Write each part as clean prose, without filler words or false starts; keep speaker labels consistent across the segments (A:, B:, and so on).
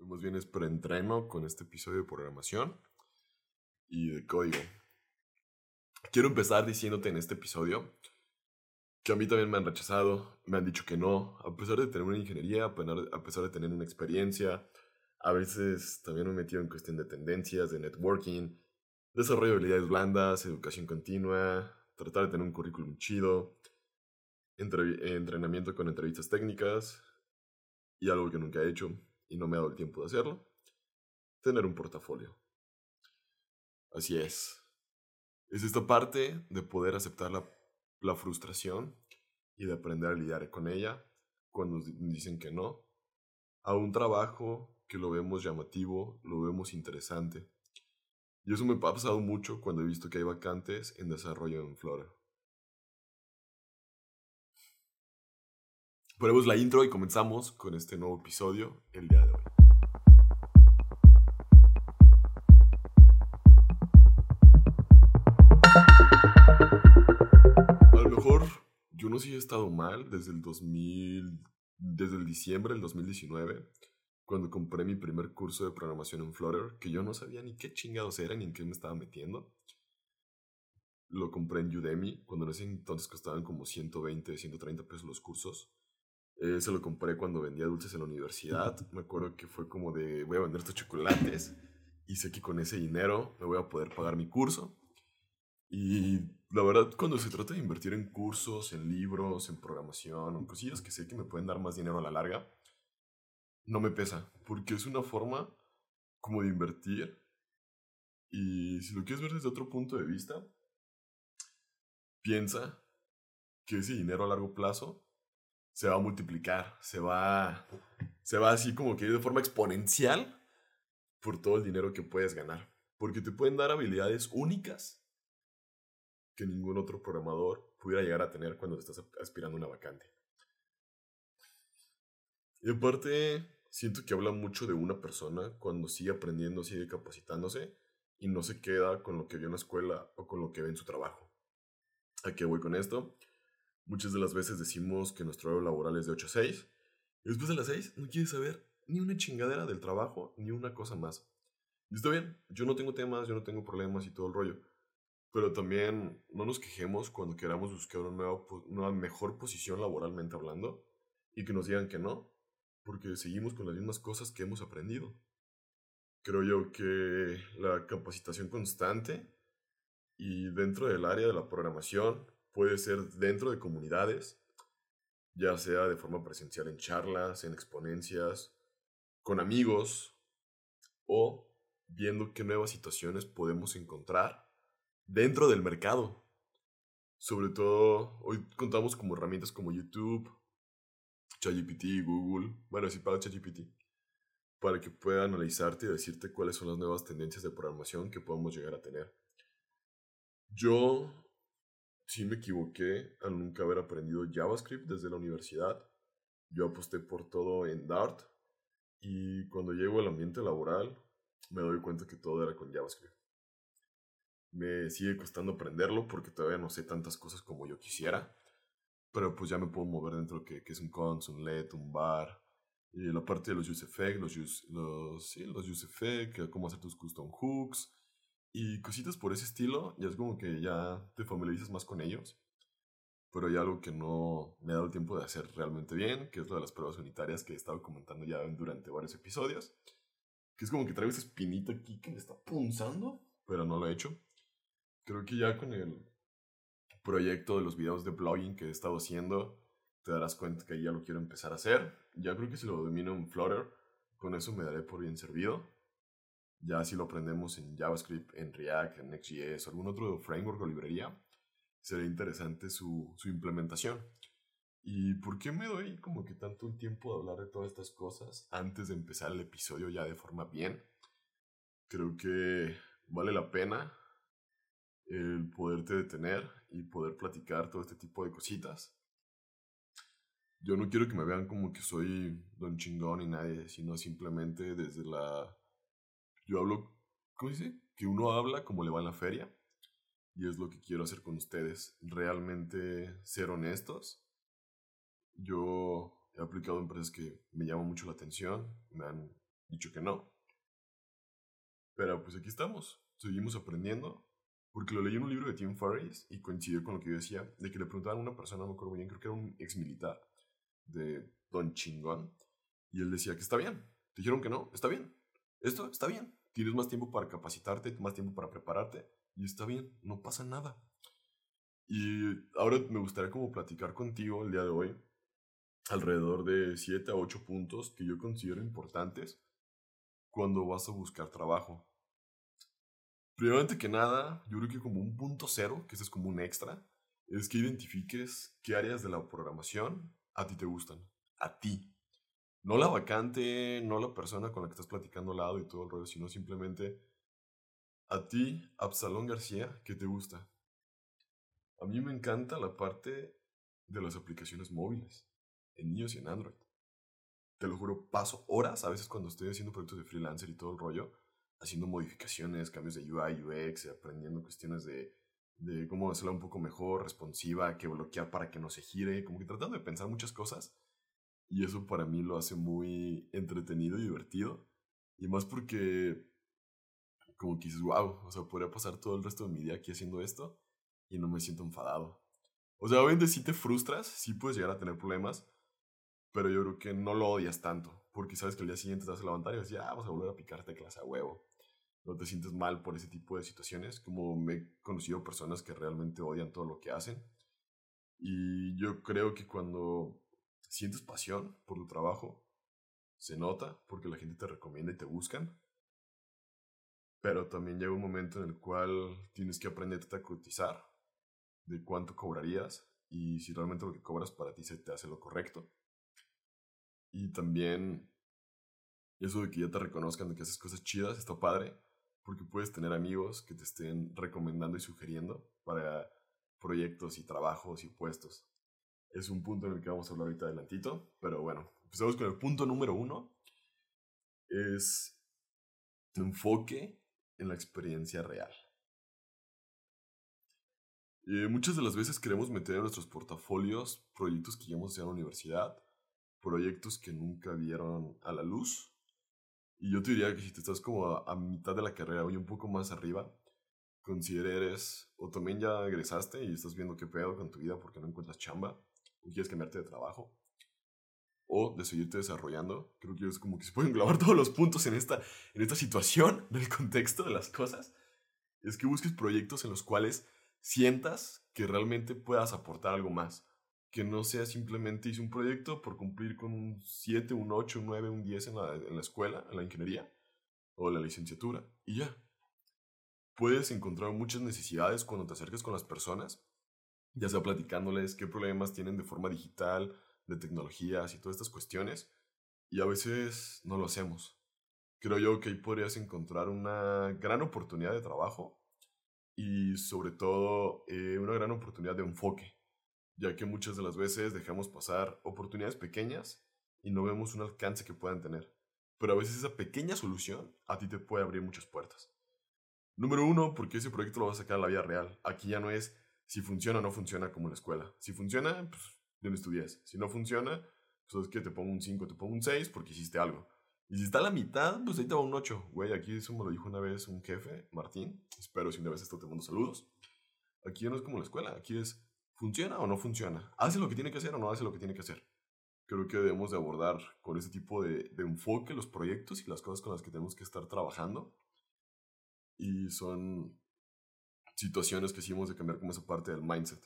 A: más bien es preentreno con este episodio de programación y de código. Quiero empezar diciéndote en este episodio que a mí también me han rechazado, me han dicho que no, a pesar de tener una ingeniería, a pesar de tener una experiencia. A veces también me he metido en cuestión de tendencias, de networking, desarrollo de habilidades blandas, educación continua, tratar de tener un currículum chido, entrenamiento con entrevistas técnicas y algo que nunca he hecho y no me ha dado el tiempo de hacerlo, tener un portafolio. Así es. Es esta parte de poder aceptar la frustración y de aprender a lidiar con ella cuando nos dicen que no, a un trabajo que lo vemos llamativo, lo vemos interesante. Y eso me ha pasado mucho cuando he visto que hay vacantes en desarrollo en Flutter. Ponemos la intro y comenzamos con este nuevo episodio el día de hoy. A lo mejor yo no sé si he estado mal desde el diciembre del 2019, cuando compré mi primer curso de programación en Flutter, que yo no sabía ni qué chingados era ni en qué me estaba metiendo. Lo compré en Udemy, cuando en ese entonces costaban como 120, 130 pesos los cursos. Se lo compré cuando vendía dulces en la universidad. Me acuerdo que fue como de, voy a vender estos chocolates y sé que con ese dinero me voy a poder pagar mi curso. Y la verdad, cuando se trata de invertir en cursos, en libros, en programación, en cosillas que sé que me pueden dar más dinero a la larga, no me pesa, porque es una forma como de invertir. Y si lo quieres ver desde otro punto de vista, piensa que ese dinero a largo plazo se va a multiplicar, se va así como que de forma exponencial por todo el dinero que puedes ganar. Porque te pueden dar habilidades únicas que ningún otro programador pudiera llegar a tener cuando te estás aspirando a una vacante. Y aparte, siento que habla mucho de una persona cuando sigue aprendiendo, sigue capacitándose y no se queda con lo que vio en la escuela o con lo que ve en su trabajo. ¿A qué voy con esto? Muchas de las veces decimos que nuestro horario laboral es de 8 a 6 y después de las 6 no quieres saber ni una chingadera del trabajo ni una cosa más. Y está bien, yo no tengo temas, yo no tengo problemas y todo el rollo. Pero también no nos quejemos cuando queramos buscar una mejor posición laboralmente hablando y que nos digan que no, porque seguimos con las mismas cosas que hemos aprendido. Creo yo que la capacitación constante y dentro del área de la programación puede ser dentro de comunidades, ya sea de forma presencial en charlas, en exponencias, con amigos o viendo qué nuevas situaciones podemos encontrar dentro del mercado. Sobre todo, hoy contamos como herramientas como YouTube, ChatGPT, Google, bueno, sí para ChatGPT, para que pueda analizarte y decirte cuáles son las nuevas tendencias de programación que podemos llegar a tener. Yo sí me equivoqué al nunca haber aprendido JavaScript desde la universidad. Yo aposté por todo en Dart y cuando llego al ambiente laboral me doy cuenta que todo era con JavaScript. Me sigue costando aprenderlo porque todavía no sé tantas cosas como yo quisiera. Pero pues ya me puedo mover dentro que es un cons, un let, un bar. Y la parte de los use effects, los use effects, cómo hacer tus custom hooks. Y cositas por ese estilo, ya es como que ya te familiarizas más con ellos. Pero hay algo que no me ha dado el tiempo de hacer realmente bien, que es lo de las pruebas unitarias que he estado comentando ya durante varios episodios. Que es como que traigo esa espinita aquí que me está punzando, pero no lo he hecho. Creo que ya con el proyecto de los videos de blogging que he estado haciendo, te darás cuenta que ya lo quiero empezar a hacer. Ya creo que si lo domino en Flutter, con eso me daré por bien servido. Ya si lo aprendemos en JavaScript, en React, en Next.js o algún otro framework o librería, sería interesante su implementación. ¿Y por qué me doy como que tanto un tiempo de hablar de todas estas cosas antes de empezar el episodio ya de forma bien? Creo que vale la pena el poderte detener y poder platicar todo este tipo de cositas. Yo no quiero que me vean como que soy don chingón ni nadie, sino simplemente desde la... Yo hablo, ¿cómo dice? Que uno habla como le va en la feria. Y es lo que quiero hacer con ustedes. Realmente ser honestos. Yo he aplicado empresas que me llaman mucho la atención. Me han dicho que no. Pero pues aquí estamos, seguimos aprendiendo. Porque lo leí en un libro de Tim Ferriss y coincidió con lo que yo decía, de que le preguntaban a una persona, no me acuerdo muy bien, creo que era un ex militar de Don Chingón, y él decía que está bien. Te dijeron que no, está bien. Esto está bien. Tienes más tiempo para capacitarte, más tiempo para prepararte, y está bien, no pasa nada. Y ahora me gustaría como platicar contigo el día de hoy alrededor de 7 a 8 puntos que yo considero importantes cuando vas a buscar trabajo. Primeramente que nada, yo creo que como un punto cero, que ese es como un extra, es que identifiques qué áreas de la programación a ti te gustan. A ti. No la vacante, no la persona con la que estás platicando al lado y todo el rollo, sino simplemente a ti, Absalón García, ¿qué te gusta? A mí me encanta la parte de las aplicaciones móviles, en iOS y en Android. Te lo juro, paso horas a veces cuando estoy haciendo proyectos de freelancer y todo el rollo, haciendo modificaciones, cambios de UI, UX, aprendiendo cuestiones de cómo hacerla un poco mejor, responsiva, que bloquear para que no se gire, como que tratando de pensar muchas cosas. Y eso para mí lo hace muy entretenido y divertido. Y más porque como que dices, wow, o sea, podría pasar todo el resto de mi día aquí haciendo esto y no me siento enfadado. O sea, obviamente sí te frustras, sí puedes llegar a tener problemas, pero yo creo que no lo odias tanto, porque sabes que el día siguiente te vas a levantar y vas a decir, ah, vamos a volver a picar teclas a huevo. No te sientes mal por ese tipo de situaciones, como me he conocido personas que realmente odian todo lo que hacen. Y yo creo que cuando sientes pasión por tu trabajo, se nota porque la gente te recomienda y te buscan, pero también llega un momento en el cual tienes que aprender a cotizar de cuánto cobrarías y si realmente lo que cobras para ti se te hace lo correcto. Y también eso de que ya te reconozcan de que haces cosas chidas está padre, porque puedes tener amigos que te estén recomendando y sugiriendo para proyectos y trabajos y puestos. Es un punto en el que vamos a hablar ahorita adelantito, pero bueno, empezamos con el punto número uno. Es enfoque en la experiencia real. Muchas de las veces queremos meter en nuestros portafolios proyectos que llevamos en la universidad, proyectos que nunca vieron a la luz. Y yo te diría que si te estás como a mitad de la carrera o un poco más arriba, consideres o también ya egresaste y estás viendo qué pedo con tu vida porque no encuentras chamba o quieres cambiarte de trabajo o de seguirte desarrollando. Creo que es como que se pueden englobar todos los puntos en esta situación del contexto de las cosas. Es que busques proyectos en los cuales sientas que realmente puedas aportar algo más. Que no sea simplemente hice un proyecto por cumplir con un 7 un 8 un 9 un 10 en la escuela, en la ingeniería o la licenciatura y ya. Puedes encontrar muchas necesidades cuando te acerques con las personas, ya sea platicándoles qué problemas tienen de forma digital, de tecnologías y todas estas cuestiones, y a veces no lo hacemos. Creo yo que ahí podrías encontrar una gran oportunidad de trabajo y sobre todo una gran oportunidad de enfoque, ya que muchas de las veces dejamos pasar oportunidades pequeñas y no vemos un alcance que puedan tener. Pero a veces esa pequeña solución a ti te puede abrir muchas puertas. Número uno, porque ese proyecto lo vas a sacar a la vida real. Aquí ya no es si funciona o no funciona como en la escuela. Si funciona, pues tienes tu 10. Si no funciona, pues es que te pongo un 5, te pongo un 6 porque hiciste algo. Y si está a la mitad, pues ahí te va un 8. Güey, aquí eso me lo dijo una vez un jefe, Martín. Espero si una vez esto te mando saludos. Aquí ya no es como en la escuela. Aquí es, ¿funciona o no funciona? ¿Hace lo que tiene que hacer o no hace lo que tiene que hacer? Creo que debemos de abordar con ese tipo de enfoque los proyectos y las cosas con las que tenemos que estar trabajando. Y son situaciones que hicimos de cambiar como esa parte del mindset.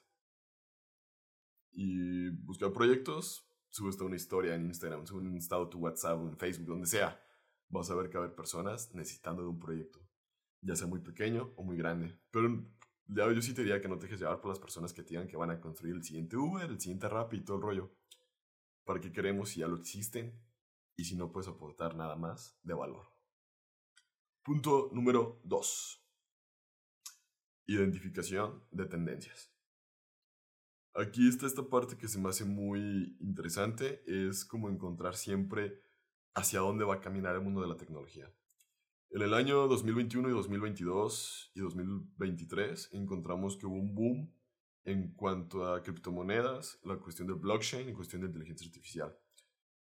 A: Y buscar proyectos, subes una historia en Instagram, subes un estado a tu WhatsApp, en Facebook, donde sea. Vas a ver que va a haber personas necesitando de un proyecto, ya sea muy pequeño o muy grande. Pero yo sí te diría que no te dejes llevar por las personas que te digan que van a construir el siguiente Uber, el siguiente Rappi y todo el rollo. ¿Para qué queremos si ya lo existen y si no puedes aportar nada más de valor? Punto número 2. Identificación de tendencias. Aquí está esta parte que se me hace muy interesante, es como encontrar siempre hacia dónde va a caminar el mundo de la tecnología. En el año 2021 y 2022 y 2023 encontramos que hubo un boom en cuanto a criptomonedas, la cuestión del blockchain y cuestión de inteligencia artificial.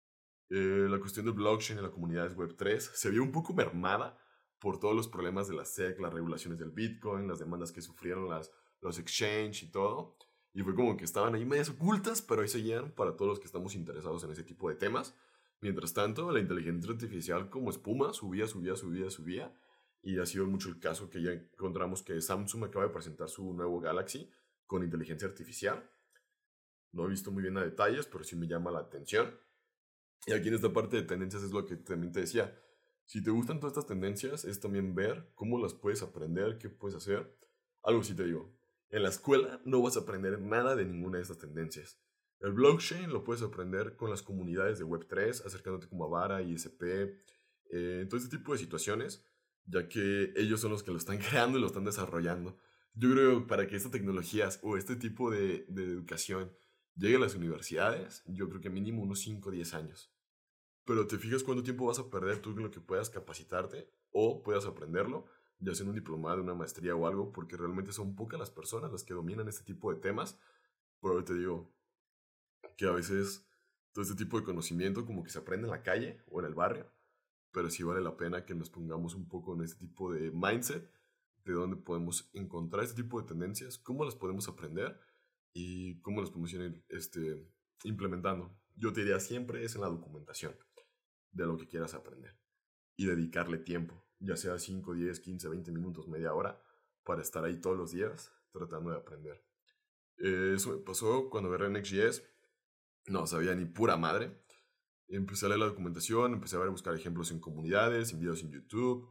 A: La cuestión del blockchain en la comunidad Web3 se vio un poco mermada por todos los problemas de la SEC, las regulaciones del Bitcoin, las demandas que sufrieron los exchange y todo. Y fue como que estaban ahí medias ocultas, pero ahí seguían para todos los que estamos interesados en ese tipo de temas. Mientras tanto, la inteligencia artificial como espuma subía, subía, subía, subía. Y ha sido mucho el caso que ya encontramos que Samsung acaba de presentar su nuevo Galaxy con inteligencia artificial. No he visto muy bien a detalles, pero sí me llama la atención. Y aquí en esta parte de tendencias es lo que también te decía. Si te gustan todas estas tendencias, es también ver cómo las puedes aprender, qué puedes hacer. Algo sí te digo. En la escuela no vas a aprender nada de ninguna de estas tendencias. El blockchain lo puedes aprender con las comunidades de Web3, acercándote como a Vara, ISP, todo este tipo de situaciones, ya que ellos son los que lo están creando y lo están desarrollando. Yo creo que para que estas tecnologías o este tipo de educación llegue a las universidades, yo creo que mínimo unos 5 o 10 años. Pero te fijas cuánto tiempo vas a perder tú en lo que puedas capacitarte o puedas aprenderlo, ya sea en un diplomado, una maestría o algo, porque realmente son pocas las personas las que dominan este tipo de temas. Pero te digo que a veces todo este tipo de conocimiento como que se aprende en la calle o en el barrio, pero sí vale la pena que nos pongamos un poco en este tipo de mindset de dónde podemos encontrar este tipo de tendencias, cómo las podemos aprender y cómo las podemos ir implementando. Yo te diría siempre es en la documentación de lo que quieras aprender y dedicarle tiempo, ya sea 5, 10, 15, 20 minutos, media hora, para estar ahí todos los días tratando de aprender. Eso me pasó cuando agarré Next.js, no sabía ni pura madre. Empecé a leer la documentación, empecé a ver, buscar ejemplos en comunidades, en videos en YouTube,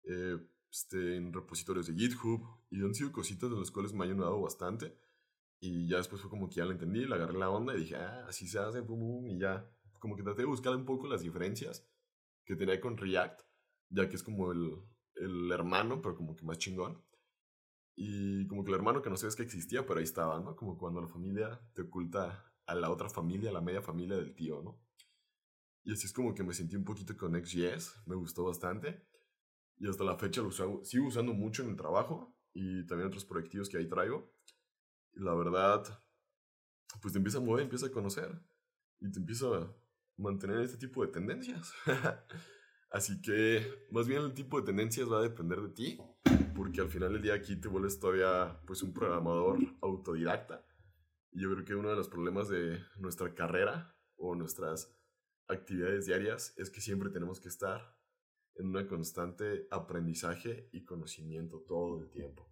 A: en repositorios de GitHub, y han sido cositas de las cuales me han ayudado bastante. Y ya después fue como que ya la entendí, le agarré la onda y dije, ah, así se hace, pum, pum, y ya. Como que traté de buscar un poco las diferencias que tenía con React, ya que es como el hermano, pero como que más chingón. Y como que el hermano que no sabes que existía, pero ahí estaba, ¿no? Como cuando la familia te oculta a la otra familia, a la media familia del tío, ¿no? Y así es como que me sentí un poquito con Next.js, me gustó bastante. Y hasta la fecha sigo usando mucho en el trabajo y también otros proyectos que ahí traigo. Y la verdad, pues te empieza a mover, empieza a conocer y te empieza a mantener este tipo de tendencias. Así que más bien el tipo de tendencias va a depender de ti, porque al final del día aquí te vuelves todavía pues un programador autodidacta. Y yo creo que uno de los problemas de nuestra carrera o nuestras actividades diarias es que siempre tenemos que estar en una constante aprendizaje y conocimiento todo el tiempo.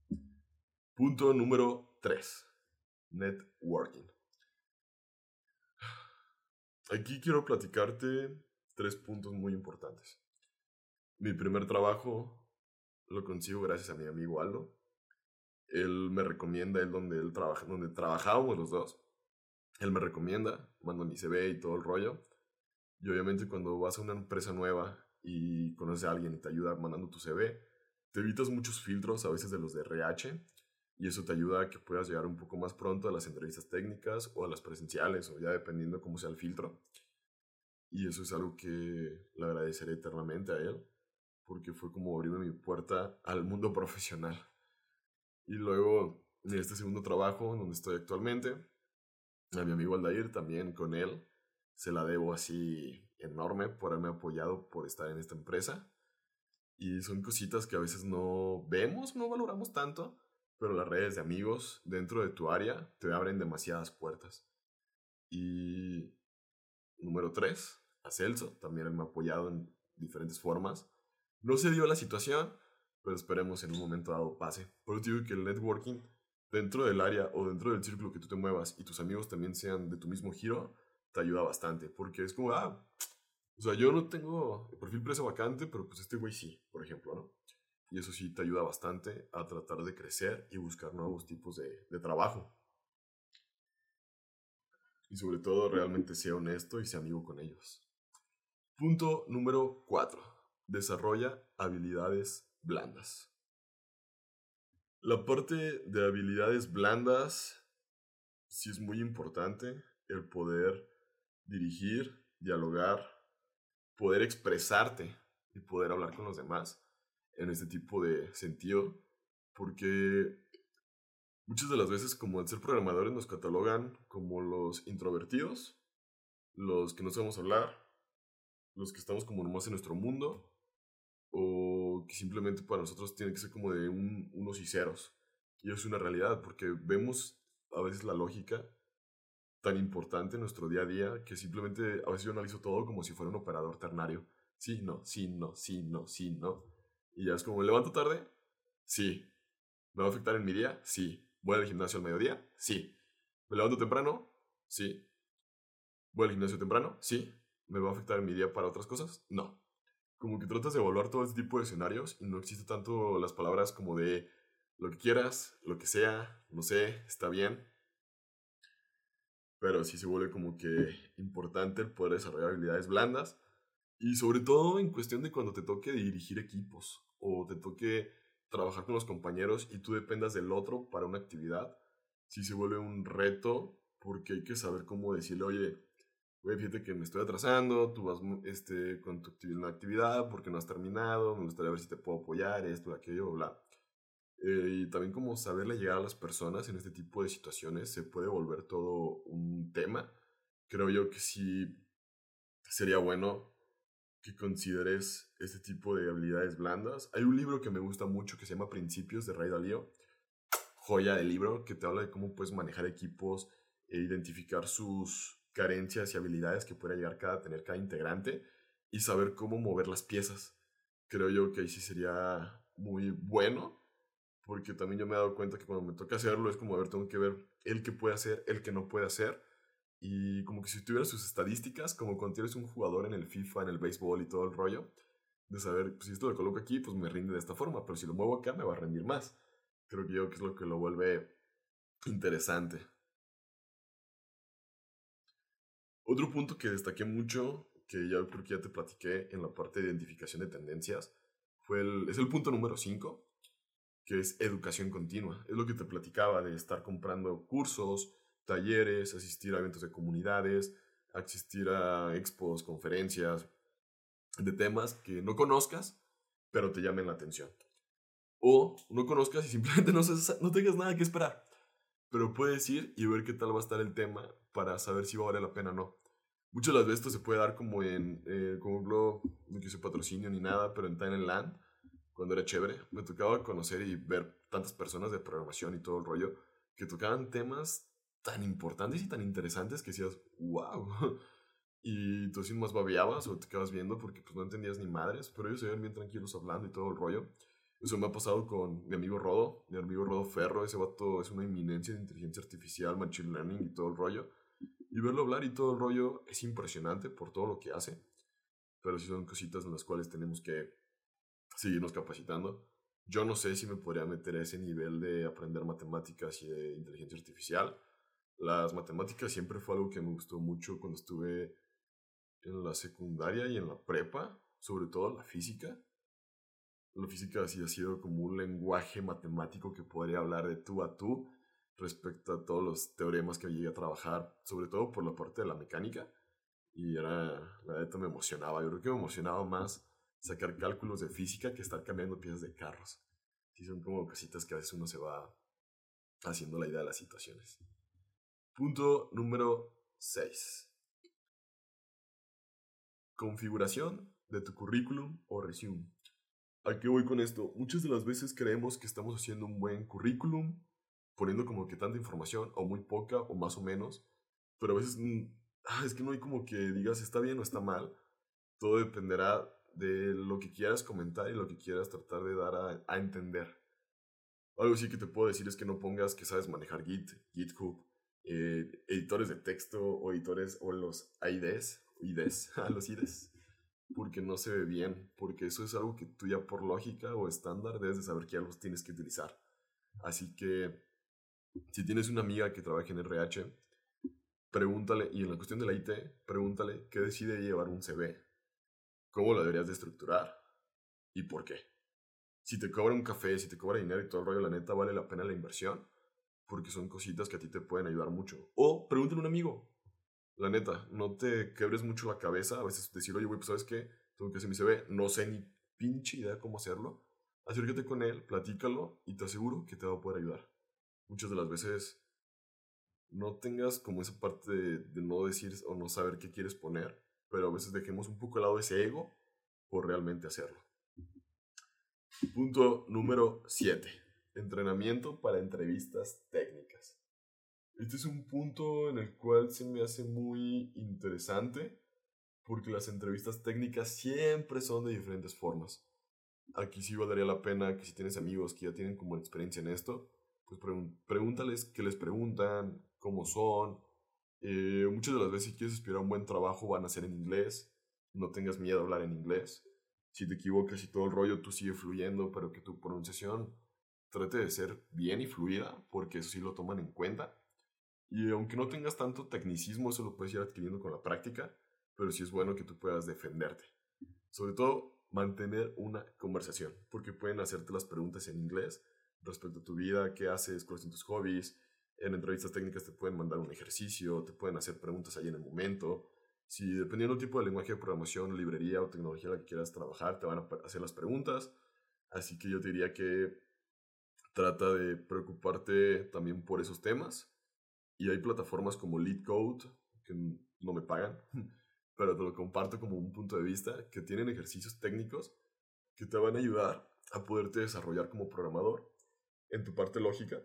A: Punto número 3. Networking. Aquí quiero platicarte 3 puntos muy importantes. Mi primer trabajo lo consigo gracias a mi amigo Aldo. Él me recomienda, él trabaja, donde trabajábamos los dos. Él me recomienda, mando mi CV y todo el rollo. Y obviamente cuando vas a una empresa nueva y conoces a alguien y te ayuda mandando tu CV, te evitas muchos filtros, a veces de los de RH, y eso te ayuda a que puedas llegar un poco más pronto a las entrevistas técnicas o a las presenciales, o ya dependiendo cómo sea el filtro. Y eso es algo que le agradeceré eternamente a él, porque fue como abrirme mi puerta al mundo profesional. Y luego, en este segundo trabajo, donde estoy actualmente, a mi amigo Aldair, también con él, se la debo así enorme por haberme apoyado por estar en esta empresa. Y son cositas que a veces no vemos, no valoramos tanto, pero las redes de amigos dentro de tu área te abren demasiadas puertas. Y número 3, a Celso, también él me ha apoyado en diferentes formas. No se dio la situación, pero esperemos en un momento dado pase. Por eso digo que el networking dentro del área o dentro del círculo que tú te muevas y tus amigos también sean de tu mismo giro, te ayuda bastante. Porque es como, o sea, yo no tengo el perfil preso vacante, pero pues este güey sí, por ejemplo, ¿no? Y eso sí te ayuda bastante a tratar de crecer y buscar nuevos tipos de trabajo. Y sobre todo realmente sea honesto y sea amigo con ellos. Punto número 4. Desarrolla habilidades blandas. La parte de habilidades blandas sí es muy importante, el poder dirigir, dialogar, poder expresarte y poder hablar con los demás en este tipo de sentido, porque muchas de las veces como al ser programadores nos catalogan como los introvertidos, los que no sabemos hablar, los que estamos como nomás en nuestro mundo, o que simplemente para nosotros tiene que ser como de unos y ceros. Y eso es una realidad, porque vemos a veces la lógica tan importante en nuestro día a día que simplemente a veces yo analizo todo como si fuera un operador ternario. Sí, no, sí, no, sí, no, sí, no. Y ya es como, ¿me levanto tarde? Sí. ¿Me va a afectar en mi día? Sí. ¿Voy al gimnasio al mediodía? Sí. ¿Me levanto temprano? Sí. ¿Voy al gimnasio temprano? Sí. ¿Me va a afectar en mi día para otras cosas? No. Como que tratas de evaluar todo este tipo de escenarios y no existe tanto las palabras como de lo que quieras, lo que sea, no sé, está bien, pero sí se vuelve como que importante el poder desarrollar habilidades blandas y sobre todo en cuestión de cuando te toque dirigir equipos o te toque trabajar con los compañeros y tú dependas del otro para una actividad, sí se vuelve un reto porque hay que saber cómo decirle, oye, güey, fíjate que me estoy atrasando, tú vas con tu actividad porque no has terminado, me gustaría ver si te puedo apoyar, esto, aquello, bla. Y también como saberle llegar a las personas en este tipo de situaciones se puede volver todo un tema. Creo yo que sí sería bueno que consideres este tipo de habilidades blandas. Hay un libro que me gusta mucho que se llama Principios de Ray Dalio, joya de libro que te habla de cómo puedes manejar equipos e identificar sus carencias y habilidades que pueda llegar a tener cada integrante y saber cómo mover las piezas. Creo yo que ahí sí sería muy bueno porque también yo me he dado cuenta que cuando me toca hacerlo es como, a ver, tengo que ver el que puede hacer, el que no puede hacer. Y como que si tuviera sus estadísticas, como cuando tienes un jugador en el FIFA, en el béisbol y todo el rollo, de saber, pues si esto lo coloco aquí, pues me rinde de esta forma, pero si lo muevo acá me va a rendir más. Creo que yo que es lo que lo vuelve interesante. Otro punto que destaqué mucho, que ya creo que ya te platiqué en la parte de identificación de tendencias, es el punto número 5 que es educación continua. Es lo que te platicaba de estar comprando cursos, talleres, asistir a eventos de comunidades, asistir a expos, conferencias, de temas que no conozcas, pero te llamen la atención. O no conozcas y simplemente no tengas nada que esperar. Pero puedes ir y ver qué tal va a estar el tema para saber si va a valer la pena o no. Muchas de las veces esto se puede dar como en, como un blog, no quise patrocinio ni nada, pero en Timeline cuando era chévere, me tocaba conocer y ver tantas personas de programación y todo el rollo que tocaban temas tan importantes y tan interesantes que decías, wow. Y tú así más babeabas o te quedabas viendo porque pues no entendías ni madres, pero ellos se ven bien tranquilos hablando y todo el rollo. Eso me ha pasado con mi amigo Rodo Ferro, ese vato es una eminencia de inteligencia artificial, machine learning y todo el rollo. Y verlo hablar y todo el rollo es impresionante por todo lo que hace, pero sí son cositas en las cuales tenemos que seguirnos capacitando. Yo no sé si me podría meter a ese nivel de aprender matemáticas y de inteligencia artificial. Las matemáticas siempre fue algo que me gustó mucho cuando estuve en la secundaria y en la prepa, sobre todo la física. La física sí ha sido como un lenguaje matemático que podría hablar de tú a tú respecto a todos los teoremas que llegué a trabajar, sobre todo por la parte de la mecánica. Y era, la neta me emocionaba. Yo creo que me emocionaba más sacar cálculos de física que estar cambiando piezas de carros. Sí, son como cositas que a veces uno se va haciendo la idea de las situaciones. Punto número 6. Configuración de tu currículum o resumen. ¿A qué voy con esto? Muchas de las veces creemos que estamos haciendo un buen currículum, poniendo como que tanta información, o muy poca, o más o menos, pero a veces es que no hay como que digas está bien o está mal. Todo dependerá de lo que quieras comentar y lo que quieras tratar de dar a entender. Algo sí que te puedo decir es que no pongas que sabes manejar GitHub, editores de texto o editores o los IDEs, los IDEs, porque no se ve bien, porque eso es algo que tú ya por lógica o estándar debes de saber que ya los tienes que utilizar. Así que si tienes una amiga que trabaja en RH, pregúntale, y en la cuestión de la IT, pregúntale qué decide llevar un CV, cómo lo deberías de estructurar y por qué. Si te cobra un café, si te cobra dinero y todo el rollo, la neta vale la pena la inversión, porque son cositas que a ti te pueden ayudar mucho. O pregúntale a un amigo, la neta, no te quebres mucho la cabeza, a veces decir, oye, güey, pues ¿sabes qué? Tengo que hacer mi CV, no sé ni pinche idea cómo hacerlo. Acércate con él, platícalo y te aseguro que te va a poder ayudar. Muchas de las veces no tengas como esa parte de no decir o no saber qué quieres poner, pero a veces dejemos un poco al lado ese ego por realmente hacerlo. Punto número 7. Entrenamiento para entrevistas técnicas. Este es un punto en el cual se me hace muy interesante porque las entrevistas técnicas siempre son de diferentes formas. Aquí sí valdría la pena que si tienes amigos que ya tienen como experiencia en esto, pues pregúntales qué les preguntan, cómo son. Muchas de las veces si quieres aspirar a un buen trabajo van a ser en inglés. No tengas miedo a hablar en inglés. Si te equivocas y todo el rollo, tú sigue fluyendo, pero que tu pronunciación trate de ser bien y fluida, porque eso sí lo toman en cuenta. Y aunque no tengas tanto tecnicismo, eso lo puedes ir adquiriendo con la práctica, pero sí es bueno que tú puedas defenderte. Sobre todo, mantener una conversación, porque pueden hacerte las preguntas en inglés respecto a tu vida, qué haces, cuáles son tus hobbies. En entrevistas técnicas te pueden mandar un ejercicio, te pueden hacer preguntas ahí en el momento. Si dependiendo del tipo de lenguaje de programación, librería o tecnología en la que quieras trabajar, te van a hacer las preguntas. Así que yo te diría que trata de preocuparte también por esos temas. Y hay plataformas como LeetCode, que no me pagan, pero te lo comparto como un punto de vista, que tienen ejercicios técnicos que te van a ayudar a poderte desarrollar como programador en tu parte lógica,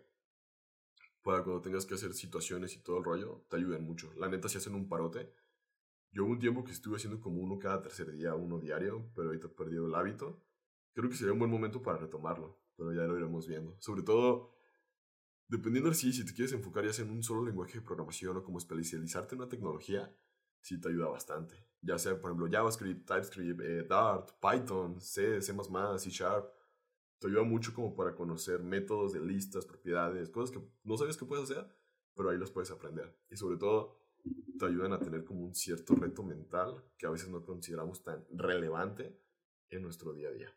A: para cuando tengas que hacer situaciones y todo el rollo, te ayuden mucho. La neta, si hacen un parote, yo hubo un tiempo que estuve haciendo como uno cada tercer día, uno diario, pero ahorita he perdido el hábito. Creo que sería un buen momento para retomarlo, pero ya lo iremos viendo. Sobre todo, dependiendo de si te quieres enfocar ya sea en un solo lenguaje de programación o como especializarte en una tecnología, sí te ayuda bastante. Ya sea, por ejemplo, JavaScript, TypeScript, Dart, Python, C, C++, C Sharp. Te ayuda mucho como para conocer métodos de listas, propiedades, cosas que no sabes que puedes hacer, pero ahí las puedes aprender. Y sobre todo, te ayudan a tener como un cierto reto mental que a veces no consideramos tan relevante en nuestro día a día.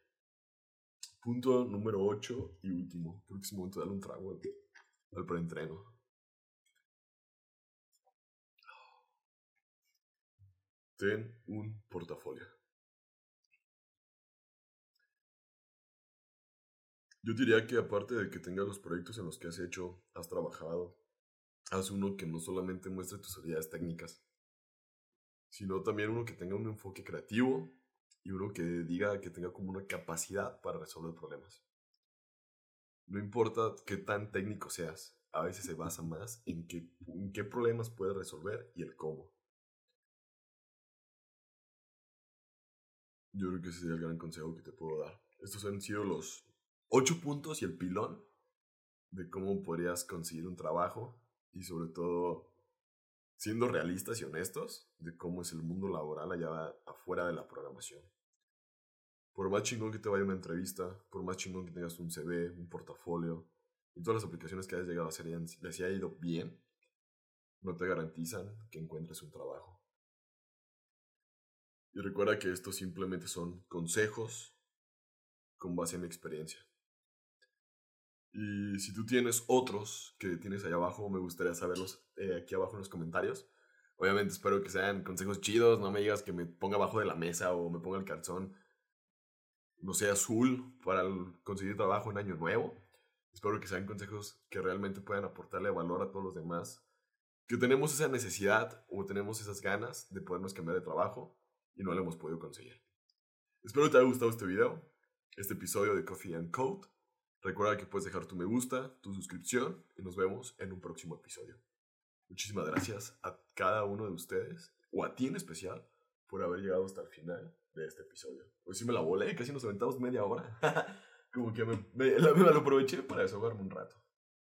A: Punto número 8 y último. Creo que es momento de darle un trago al preentreno. Ten un portafolio. Yo diría que aparte de que tengas los proyectos en los que has hecho, has trabajado, haz uno que no solamente muestre tus habilidades técnicas, sino también uno que tenga un enfoque creativo y uno que diga que tenga como una capacidad para resolver problemas. No importa qué tan técnico seas, a veces se basa más en qué problemas puedes resolver y el cómo. Yo creo que ese sería el gran consejo que te puedo dar. Estos han sido los 8 puntos y el pilón de cómo podrías conseguir un trabajo y sobre todo siendo realistas y honestos de cómo es el mundo laboral allá afuera de la programación. Por más chingón que te vaya una entrevista, por más chingón que tengas un CV, un portafolio y todas las aplicaciones que hayas llegado a hacer les haya ido bien, no te garantizan que encuentres un trabajo. Y recuerda que estos simplemente son consejos con base en mi experiencia. Y si tú tienes otros que tienes ahí abajo, me gustaría saberlos aquí abajo en los comentarios. Obviamente espero que sean consejos chidos, no me digas que me ponga abajo de la mesa o me ponga el calzón, no sé, azul para conseguir trabajo en año nuevo. Espero que sean consejos que realmente puedan aportarle valor a todos los demás, que tenemos esa necesidad o tenemos esas ganas de podernos cambiar de trabajo y no lo hemos podido conseguir. Espero te haya gustado este video, este episodio de Coffee and Code. Recuerda que puedes dejar tu me gusta, tu suscripción y nos vemos en un próximo episodio. Muchísimas gracias a cada uno de ustedes, o a ti en especial, por haber llegado hasta el final de este episodio. Hoy sí me la volé, casi nos aventamos media hora. Como que me lo aproveché para desahogarme un rato.